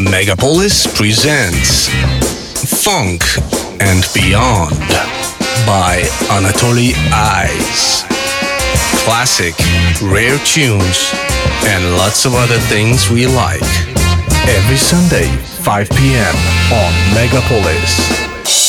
Megapolis presents Funk and Beyond by Anatoly Eyes. Classic, rare tunes, and lots of other things we like. Every Sunday, 5 p.m. on Megapolis.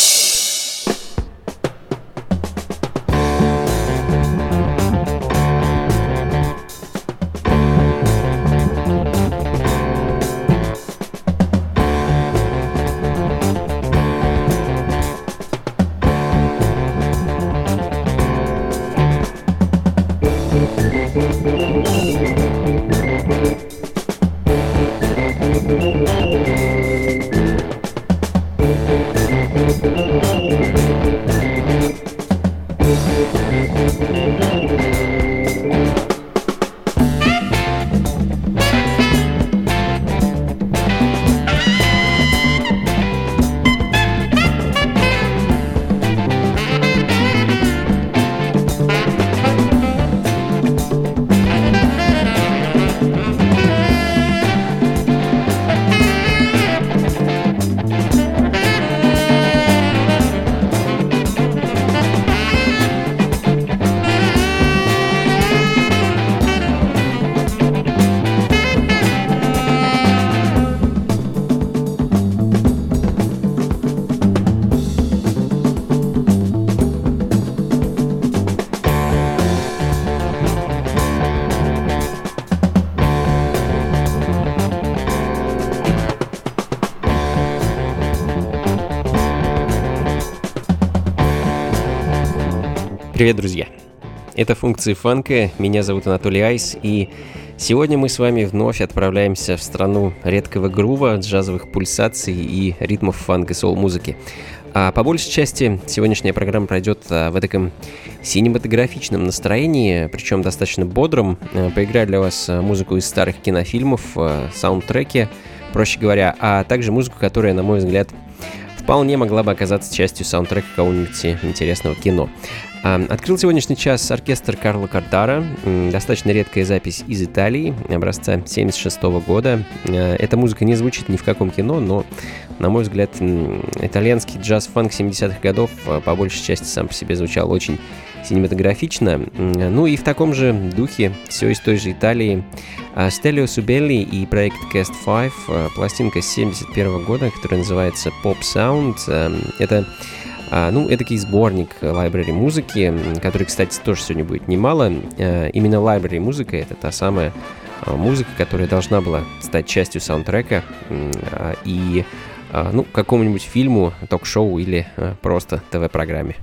Привет, друзья! Это функции фанка, меня зовут Анатолий Айс, и сегодня мы с вами вновь отправляемся в страну редкого грува, джазовых пульсаций и ритмов фанк и соул-музыки. А по большей части сегодняшняя программа пройдет в таком синематографичном настроении, причем достаточно бодром. Поиграю для вас музыку из старых кинофильмов, саундтреки, проще говоря, а также музыку, которая, на мой взгляд, вполне могла бы оказаться частью саундтрека какого-нибудь интересного кино. Открыл сегодняшний час оркестр Карло Картара, достаточно редкая запись из Италии, образца 1976 года. Эта музыка не звучит ни в каком кино, но, на мой взгляд, итальянский джаз-фанк 70-х годов по большей части сам по себе звучал очень синематографично. Ну и в таком же духе, все из той же Италии, Стелио Субелли и проект Cast 5, пластинка с 1971 года, которая называется Pop Sound. Это эдакий сборник лайбрери музыки, который, кстати, тоже сегодня будет немало. Именно лайбрери музыка — это та самая музыка, которая должна была стать частью саундтрека и какому-нибудь фильму, ток-шоу или просто ТВ-программе.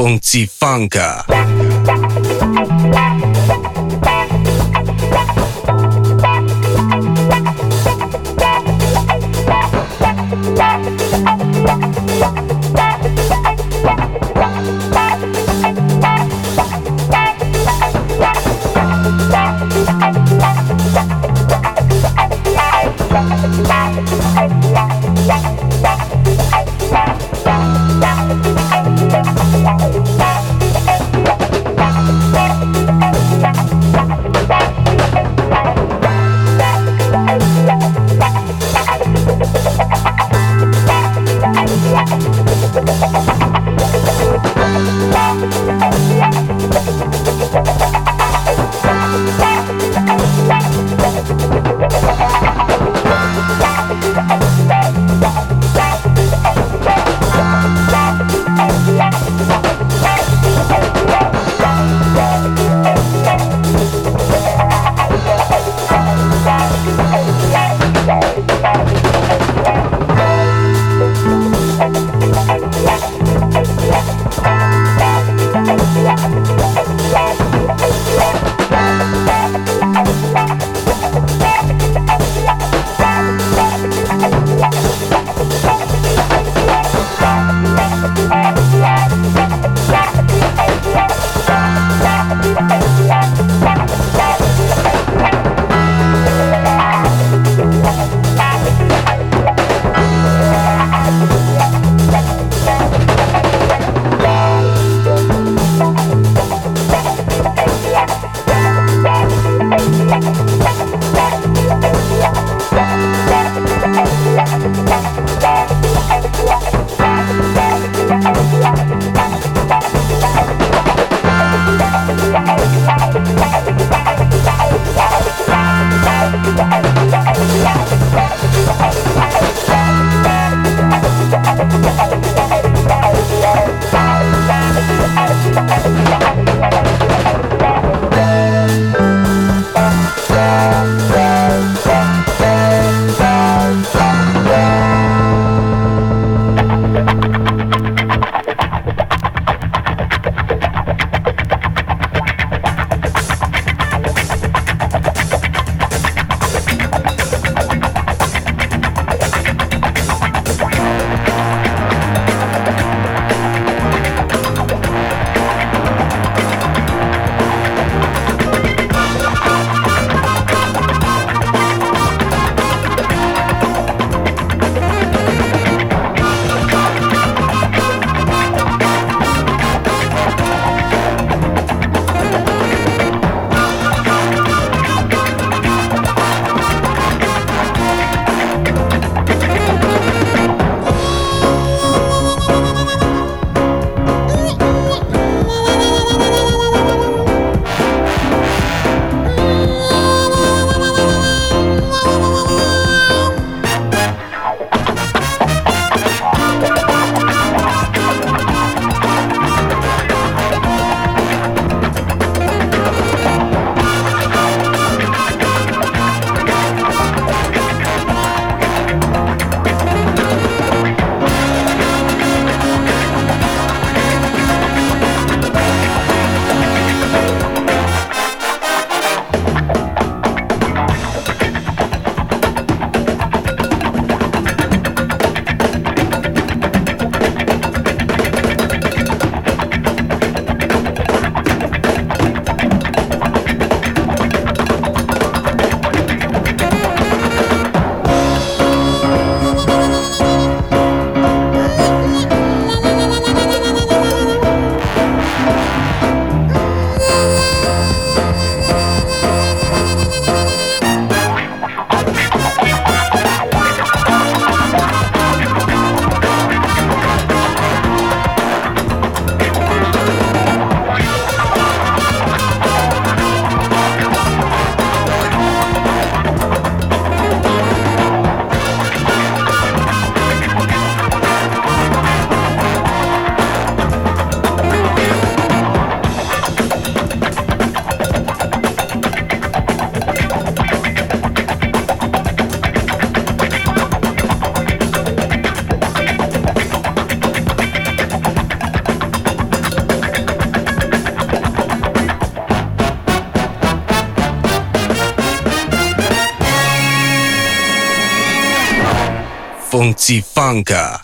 функций фанка. Funky Funka.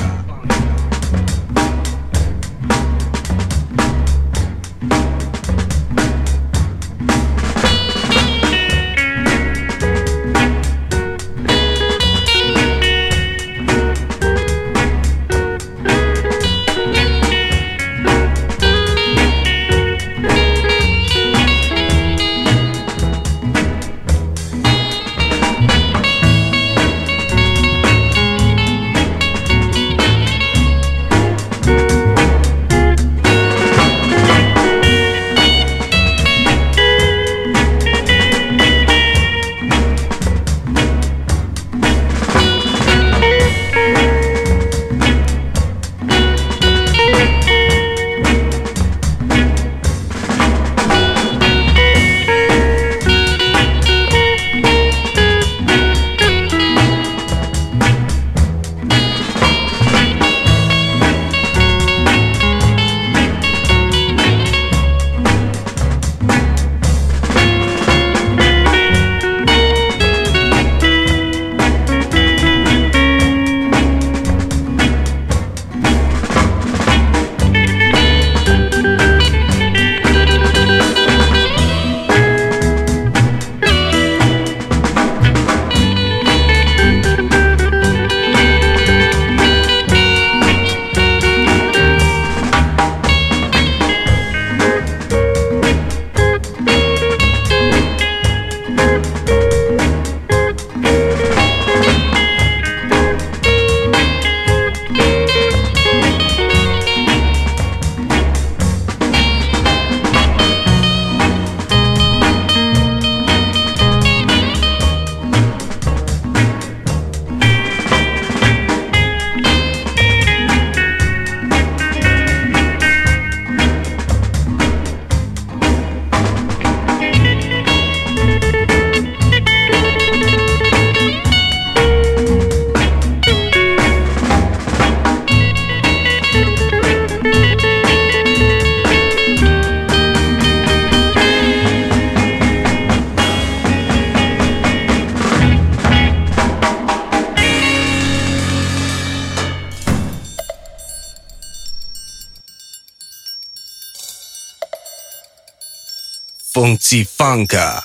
Funky Funka.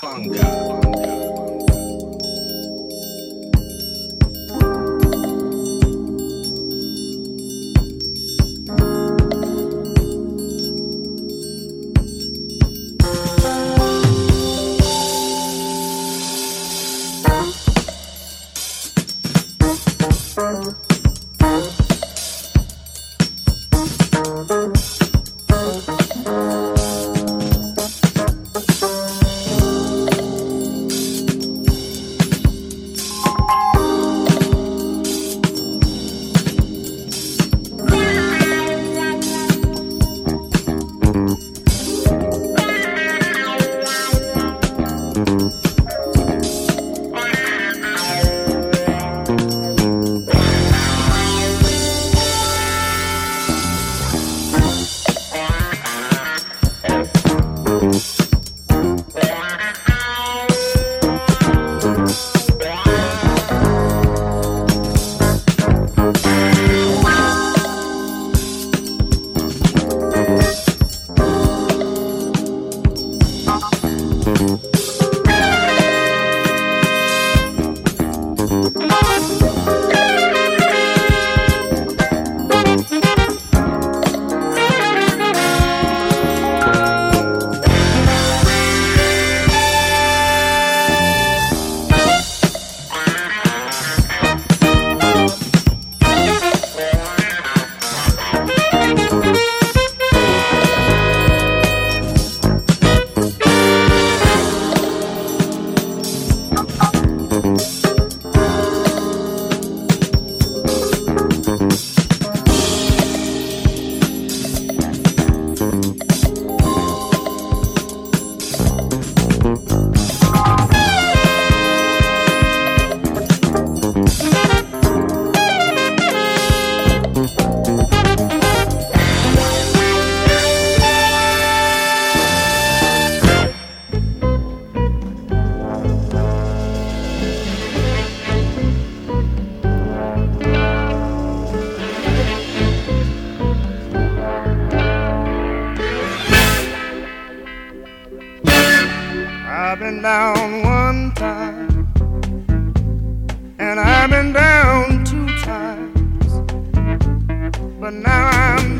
I've been down one time, and I've been down 2 times, but now I'm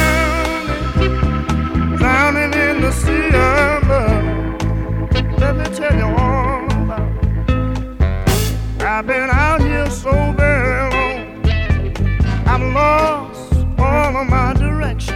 drowning in the sea of love. Let me tell you all about it. I've been out here so very long, I've lost all of my direction.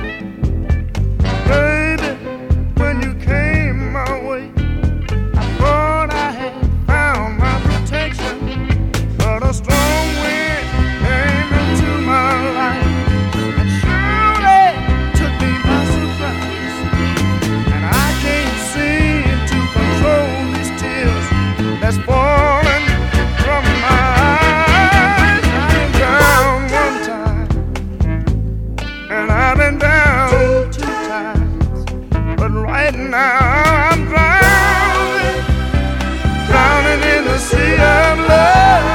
Baby, when you came my way, I thought I had found my protection, but a strong wind came into my life and surely took me by surprise. And I can't seem to control these tears that's falling from my eyes. I've been down 1 time, and I've been down 2 times, but right now I'm drowning in the sea of love.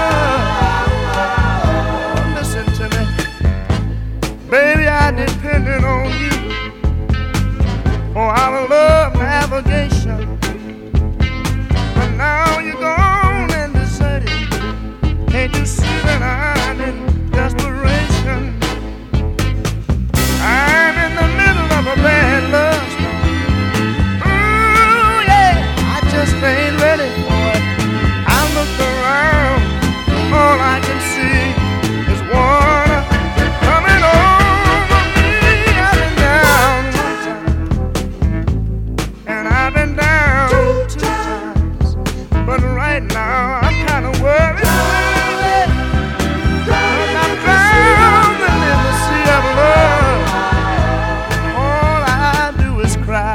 Listen to me, baby, I depended on you for our love navigation, but now you're gone and deserted. Can't you see that I'm in desperation? I'm in the middle of a bad love story. Ooh, yeah, I just ain't ready for it. I look around, all I can see is water coming over me. I've been down 1 time, and I've been down 2 times, but right now I'm kind of worried. 'Cause I'm drowning in the sea of love. All I do is cry.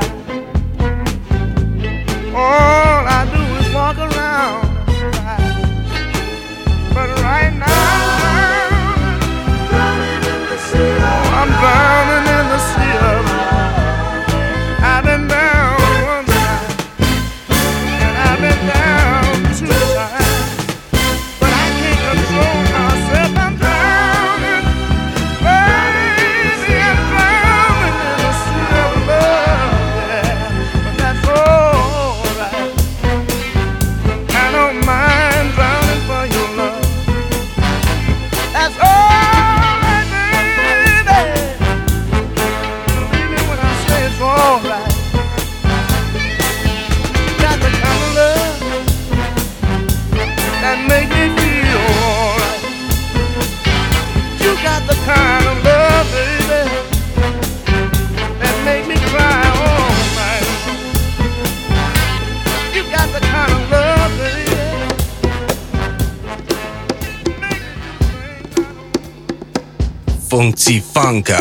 All I do is walk around and cry. But right now I'm drowning in the sea of love. I've been down 1 time, and I've been down 2 times, but I can't control myself. I'm drowning, baby, I'm drowning in the sea of love, yeah. But that's alright. I don't mind drowning for your love. That's alright, baby. Believe me when I say it's alright. You got the kind of love that make me feel alright. You got the kind of love, baby, that make me cry all night long. You got the kind of love, baby, make me do things I don't. Funky Funka.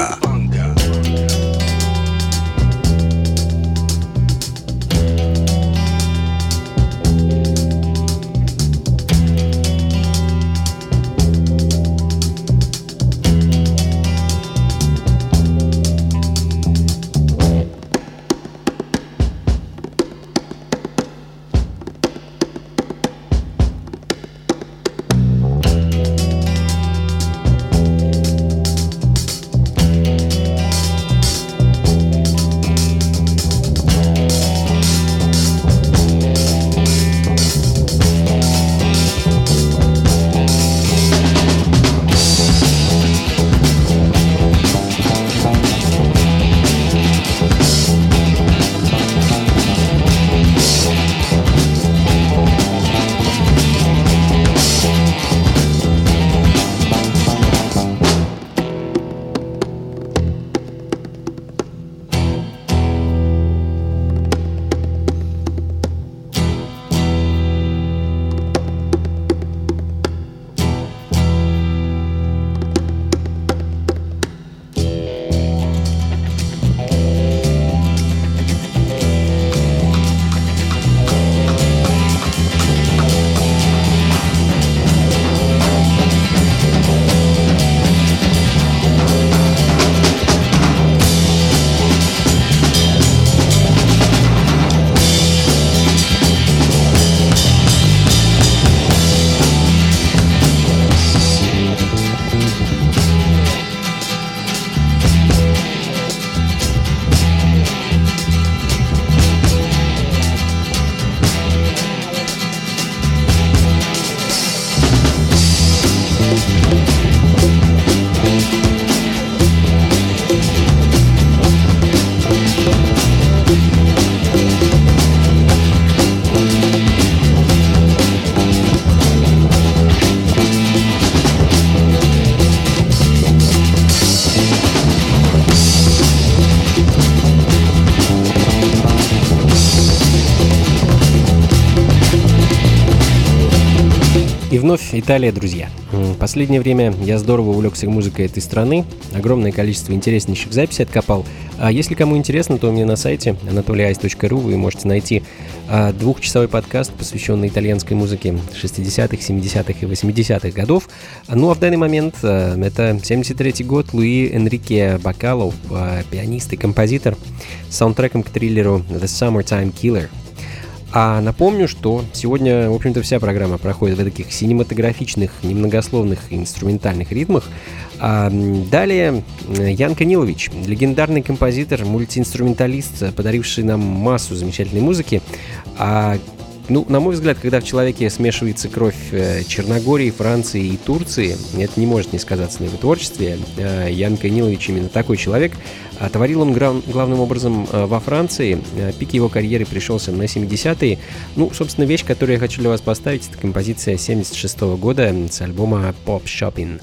вновь Италия, друзья. Последнее время я здорово увлекся музыкой этой страны. Огромное количество интереснейших записей откопал. А если кому интересно, то у меня на сайте anatolyice.ru вы можете найти двухчасовой подкаст, посвященный итальянской музыке 60-х, 70-х и 80-х годов. Ну а в данный момент это 73-й год, Луи Энрике Бакало, пианист и композитор, с саундтреком к триллеру The Summertime Killer. А напомню, что сегодня, в общем-то, вся программа проходит в таких синематографичных, немногословных и инструментальных ритмах. А далее Ян Канилович, легендарный композитор, мультиинструменталист, подаривший нам массу замечательной музыки. На мой взгляд, когда в человеке смешивается кровь Черногории, Франции и Турции, это не может не сказаться на его творчестве. Ян Канилович именно такой человек. Творил он главным образом во Франции. Пик его карьеры пришелся на 70-е. Собственно, вещь, которую я хочу для вас поставить, это композиция 76-го года с альбома Pop Shopping.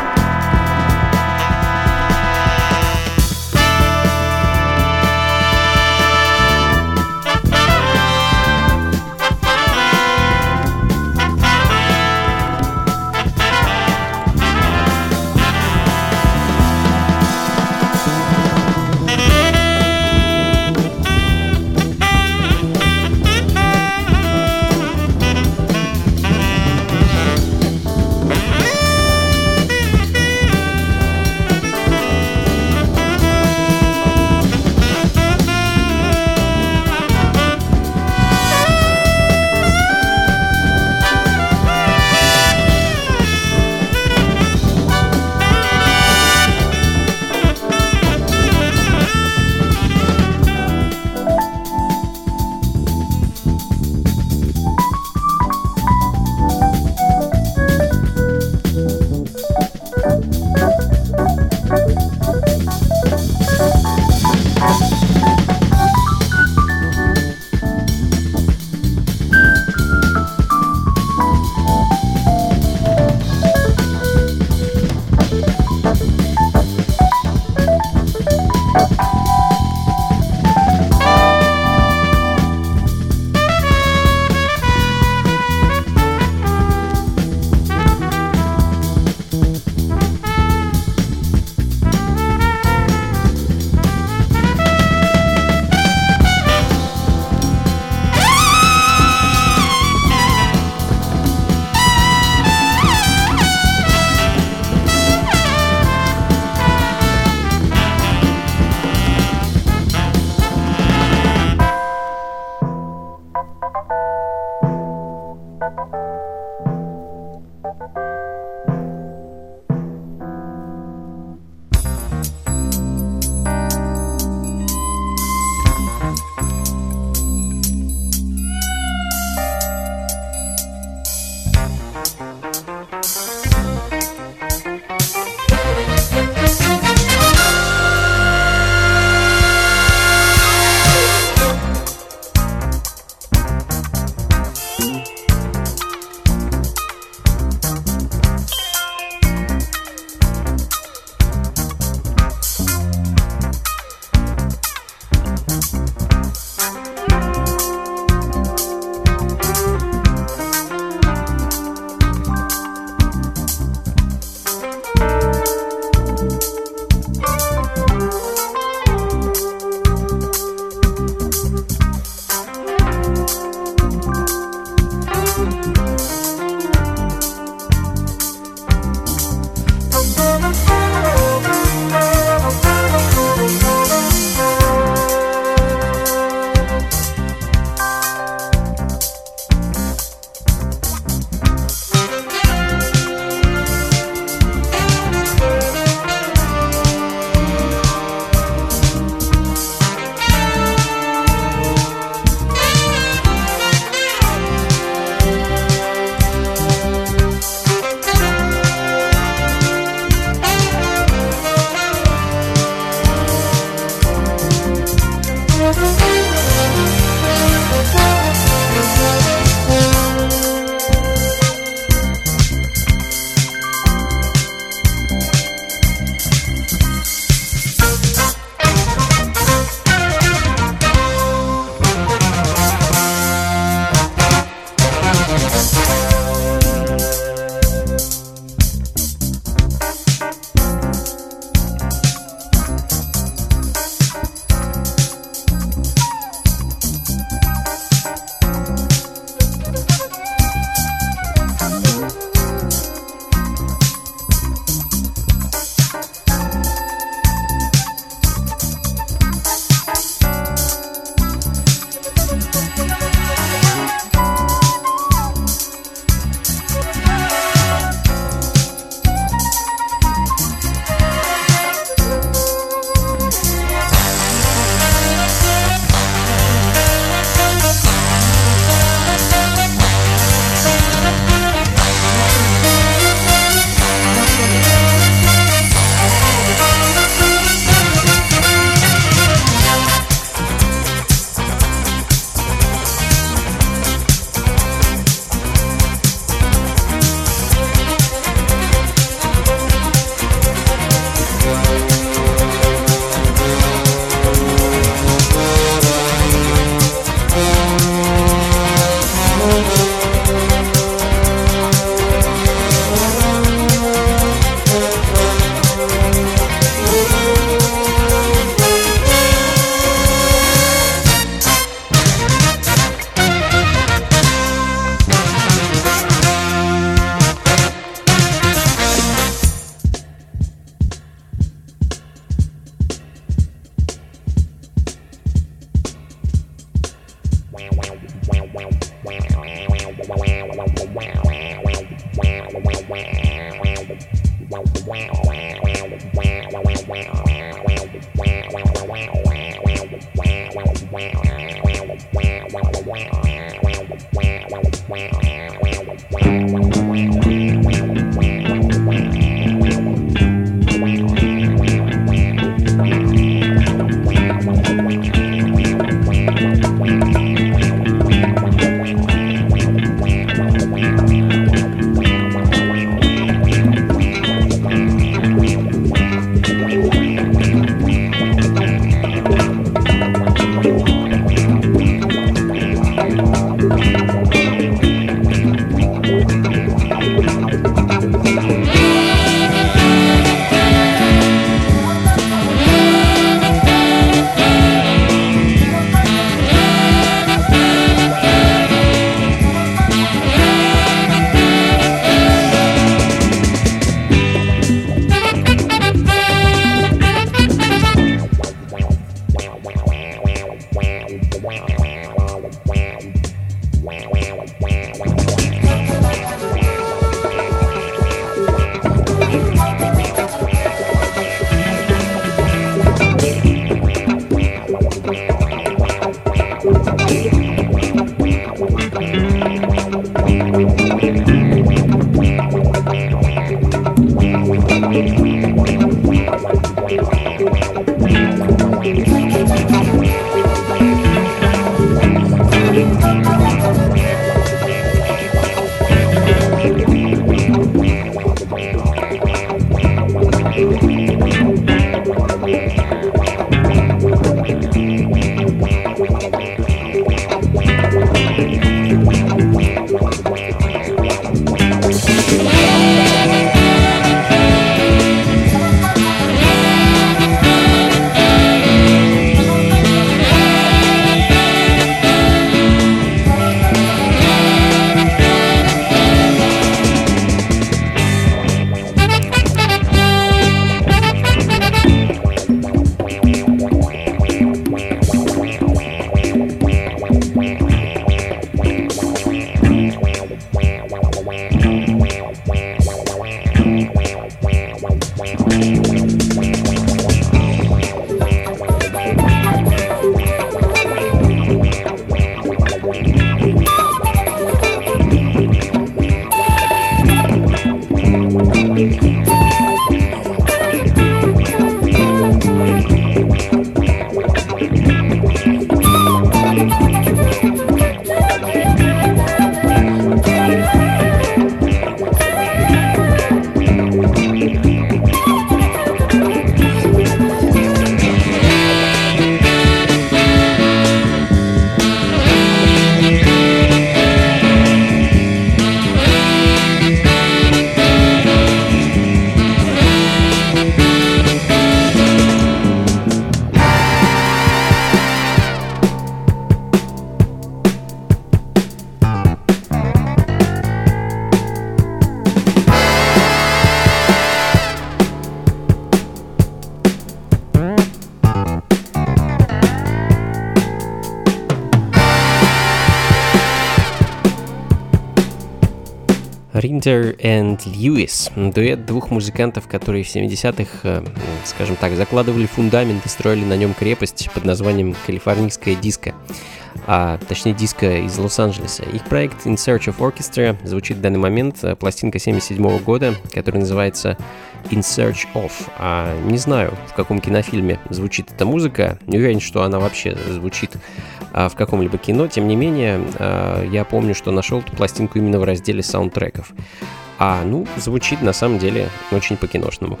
Rinder and Lewis. Дуэт двух музыкантов, которые в 70-х, скажем так, закладывали фундамент и строили на нем крепость под названием «Калифорнийская диско», а точнее диско из Лос-Анджелеса. Их проект In Search of Orchestra звучит в данный момент, пластинка 77 года, которая называется In Search of. Не знаю, в каком кинофильме звучит эта музыка, не уверен, что она вообще звучит в каком-либо кино, тем не менее, я помню, что нашел эту пластинку именно в разделе саундтреков. Звучит на самом деле очень по-киношному.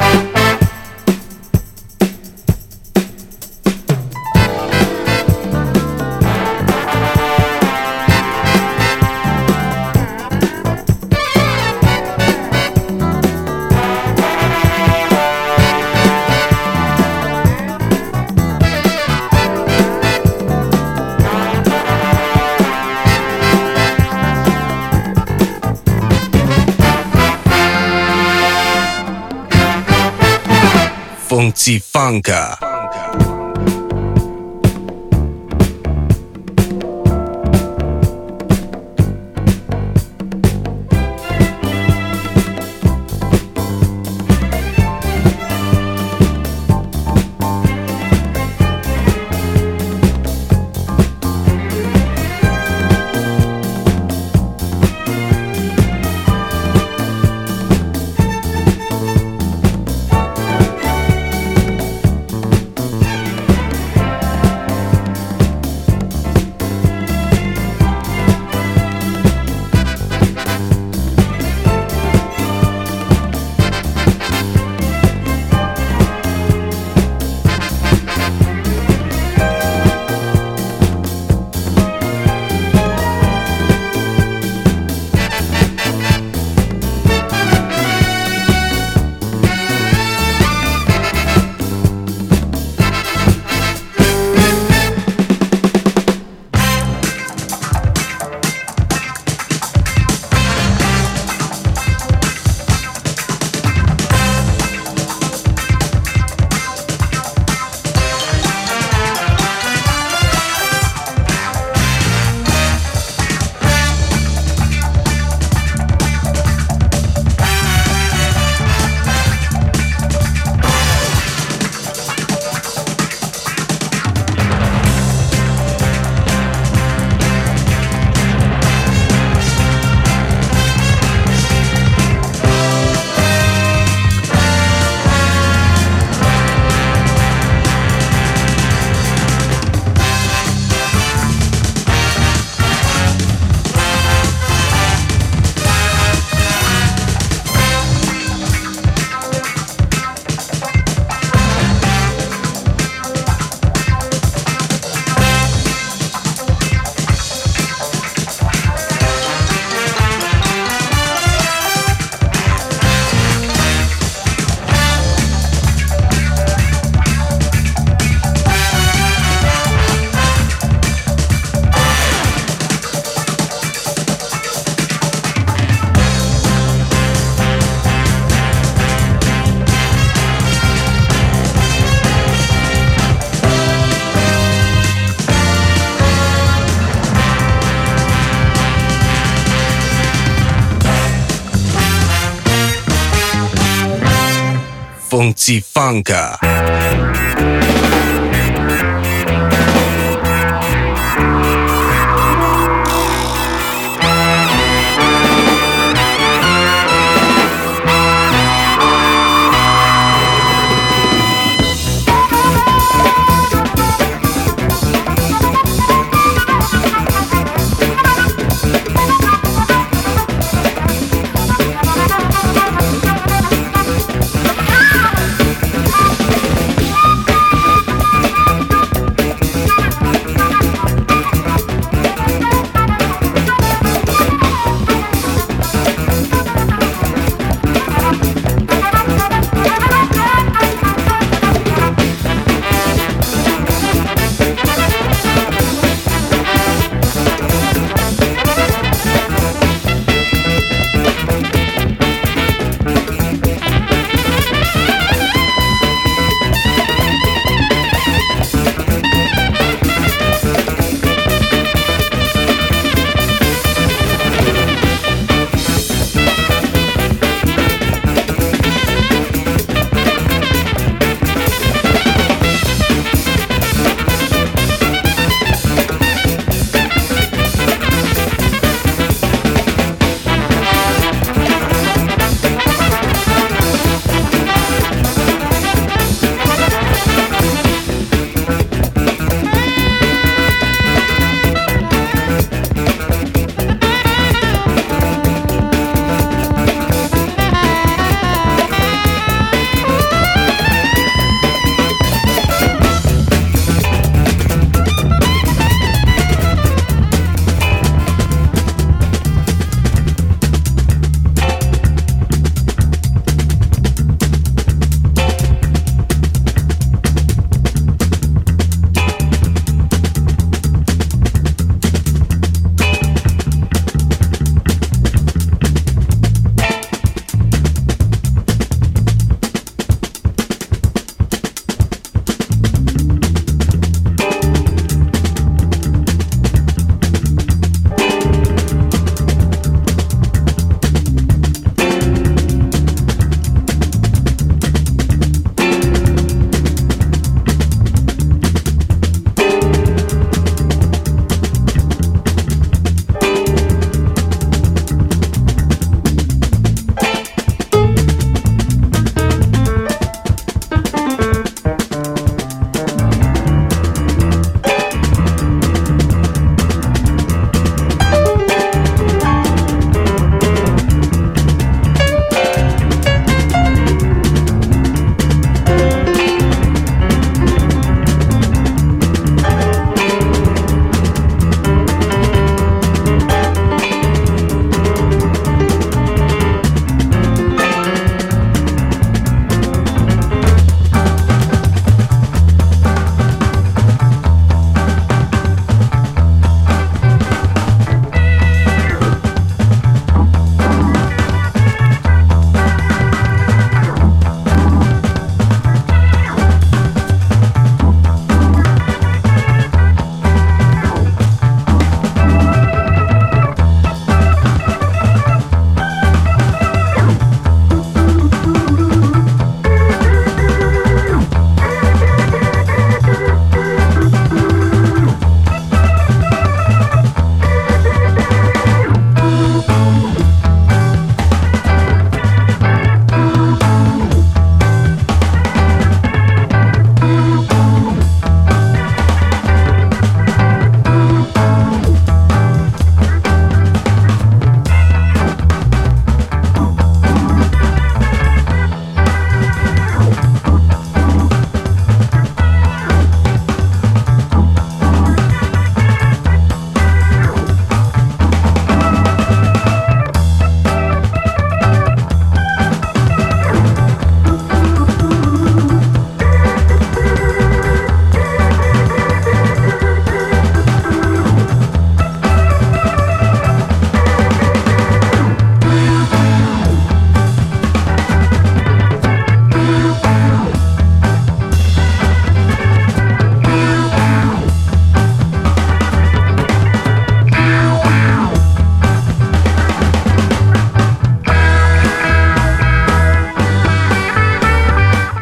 Funky Funka. Funky Funka.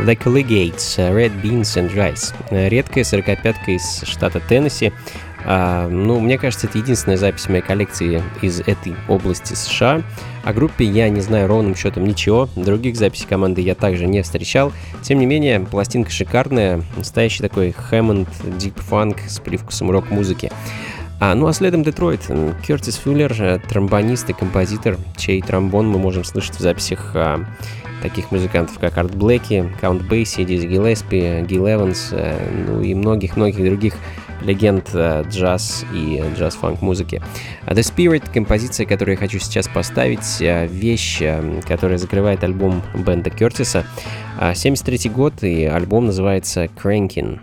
The Collegiates, Red Beans and Rice. Редкая 45-ка из штата Теннесси. Мне кажется, это единственная запись в моей коллекции из этой области США. О группе я не знаю ровным счетом ничего. Других записей команды я также не встречал. Тем не менее, пластинка шикарная. Настоящий такой Хэммонд, дип-фанк с привкусом рок-музыки. А следом Детройт. Кертис Фуллер, тромбонист и композитор, чей тромбон мы можем слышать в записях таких музыкантов, как Арт Блэки, Каунт Бейси, Дизи Гиллеспи, Гил Эванс, и многих-многих других легенд джаз и джаз-фанк музыки. The Spirit — композиция, которую я хочу сейчас поставить, вещь, которая закрывает альбом бенда Кертиса. 73 год, и альбом называется «Crankin'».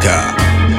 Funka.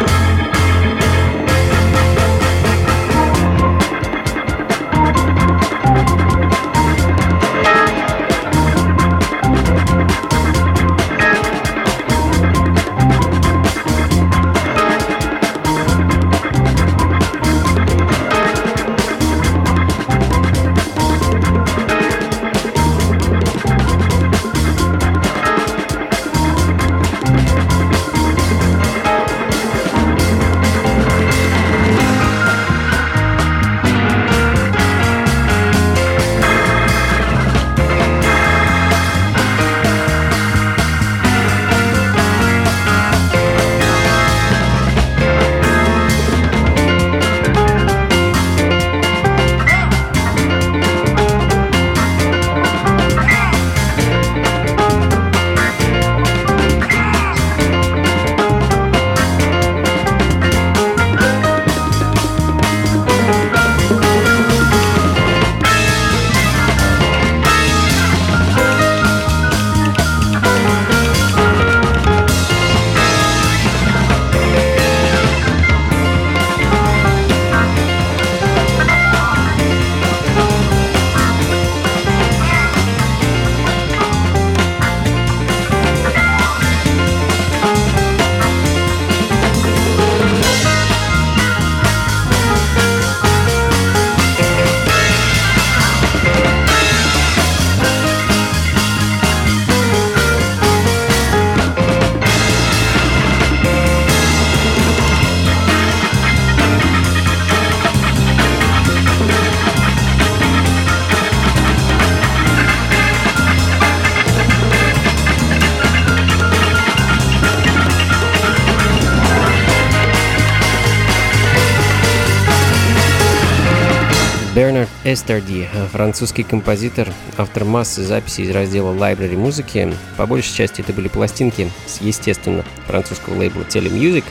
Бернард Эстерди, французский композитор, автор массы записей из раздела Library музыки. По большей части это были пластинки с, естественно, французского лейбла Telemusic.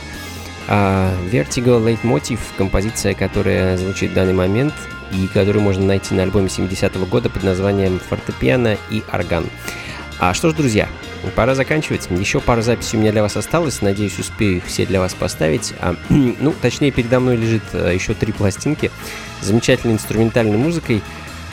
А Vertigo Leitmotiv, композиция, которая звучит в данный момент и которую можно найти на альбоме 70-го года под названием «Фортепиано и орган». А что ж, друзья, пора заканчивать. Еще пара записей у меня для вас осталось. Надеюсь, успею их все для вас поставить. Точнее, передо мной лежит еще 3 пластинки с замечательной инструментальной музыкой.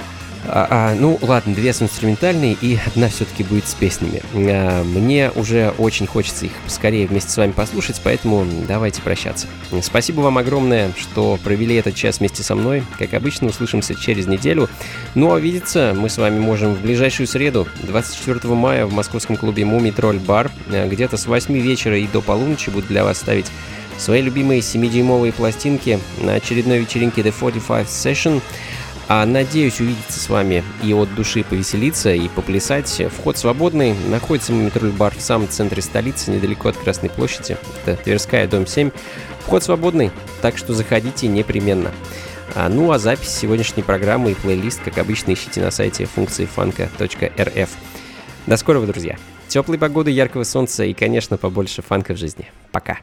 Ладно, 2 с инструментальной и 1 все-таки будет с песнями. Мне уже очень хочется их поскорее вместе с вами послушать, поэтому давайте прощаться. Спасибо вам огромное, что провели этот час вместе со мной. Как обычно, услышимся через неделю. Ну а видеться мы с вами можем в ближайшую среду, 24 мая, в московском клубе «Мумий Тролль Бар». Где-то с 8 вечера и до полуночи буду для вас ставить свои любимые 7-дюймовые пластинки на очередной вечеринке The 45 Session. Надеюсь увидеться с вами и от души повеселиться и поплясать. Вход свободный. Находится «Мумий Тролль Бар» в самом центре столицы, недалеко от Красной площади. Это Тверская, дом 7. Вход свободный, так что заходите непременно. А запись сегодняшней программы и плейлист, как обычно, ищите на сайте функциифанка.рф. До скорого, друзья. Теплой погоды, яркого солнца и, конечно, побольше фанка в жизни. Пока.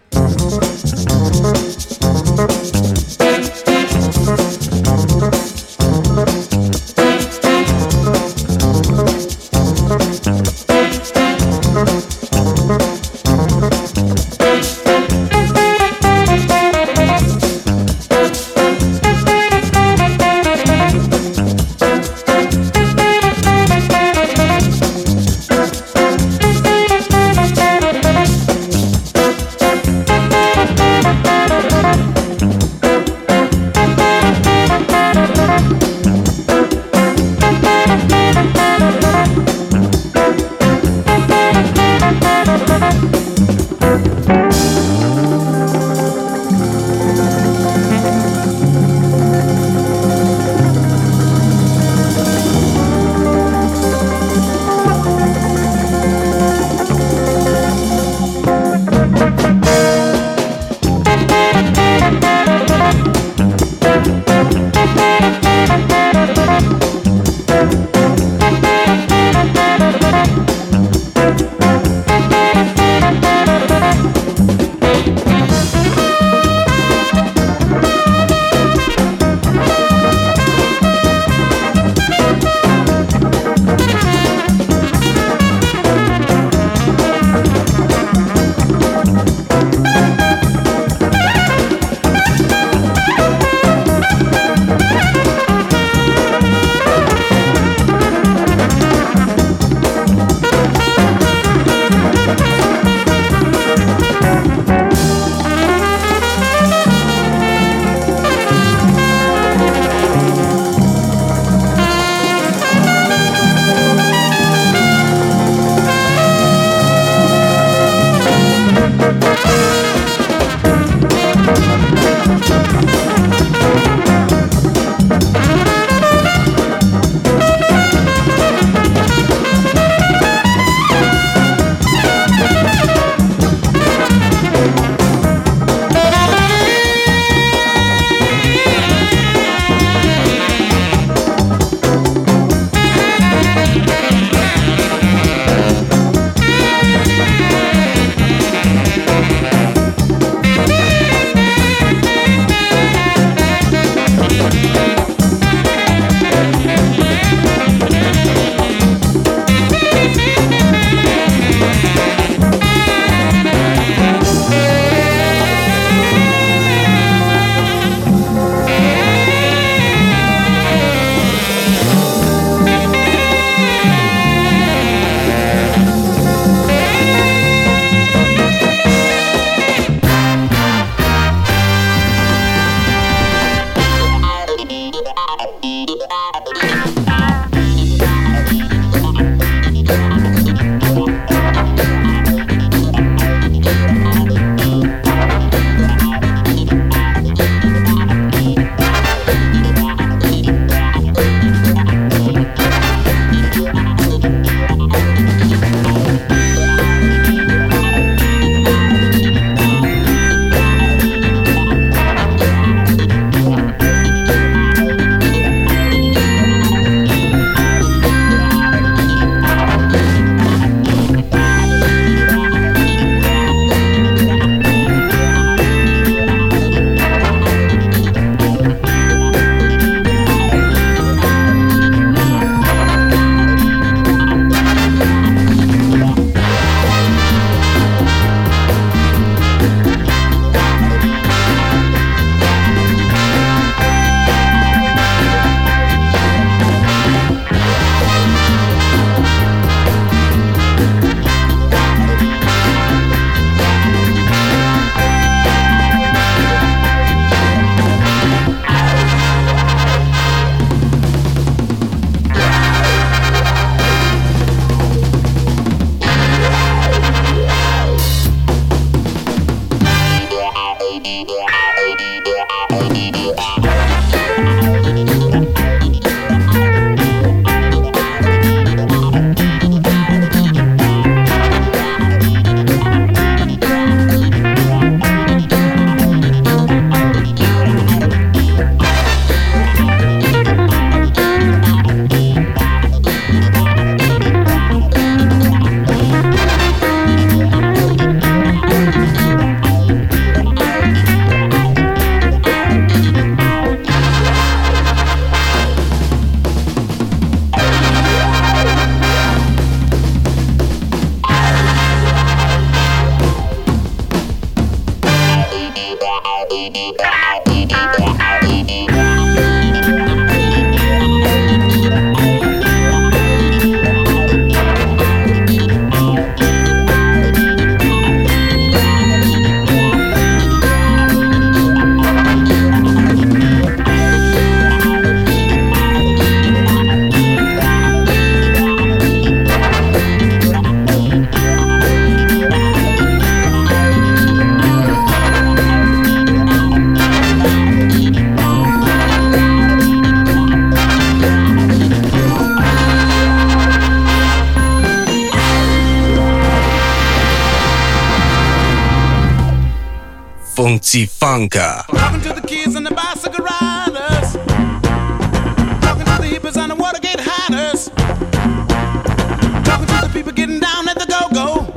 Funky Funka. Talking to the kids and the bicycle riders. Talking to the hippies and the Watergate hiders. Talking to the people getting down at the go-go.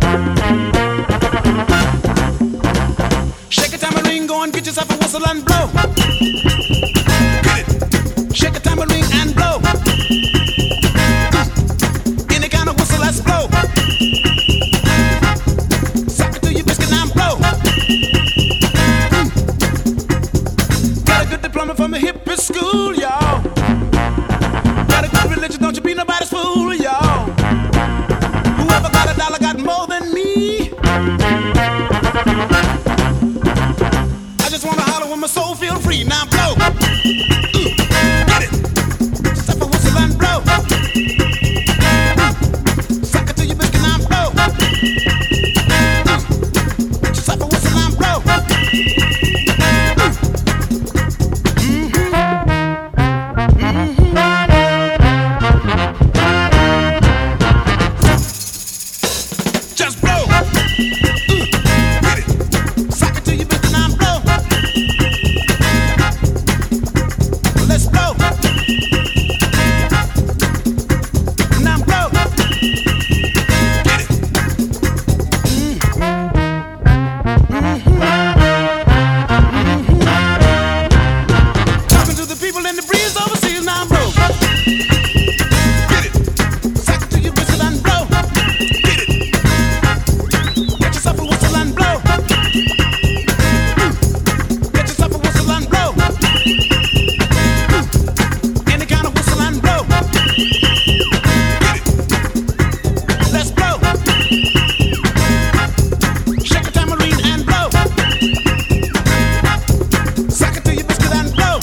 Shake a tambourine, go and get yourself a whistle and blow. Get it. Shake a tambourine and blow. Any kind of whistle, let's blow. Suck it to your biscuit and blow. Diploma from a hippie school, y'all. Got a good religion, don't you be nobody's fool, y'all. Whoever got $1 got more than me. I just wanna holler when my soul feel free. Now blow. Get it. Step a whistle and blow. Suck it to your biscuit and blow. Step a whistle and blow. Just blow. Get it. Suck it till you bitch and blow. Let's blow. Now blow. Get it. Talking to the people in the breeze overseas. Now blow. Get it. Suck it till you bitch and blow. Get it. Get yourself a whistle and blow. Get yourself a whistle and blow. Any kind of whistle and blow. Get it. Let's blow. Shake a tambourine and blow. Suck it to your biscuit and blow.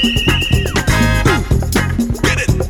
Get it.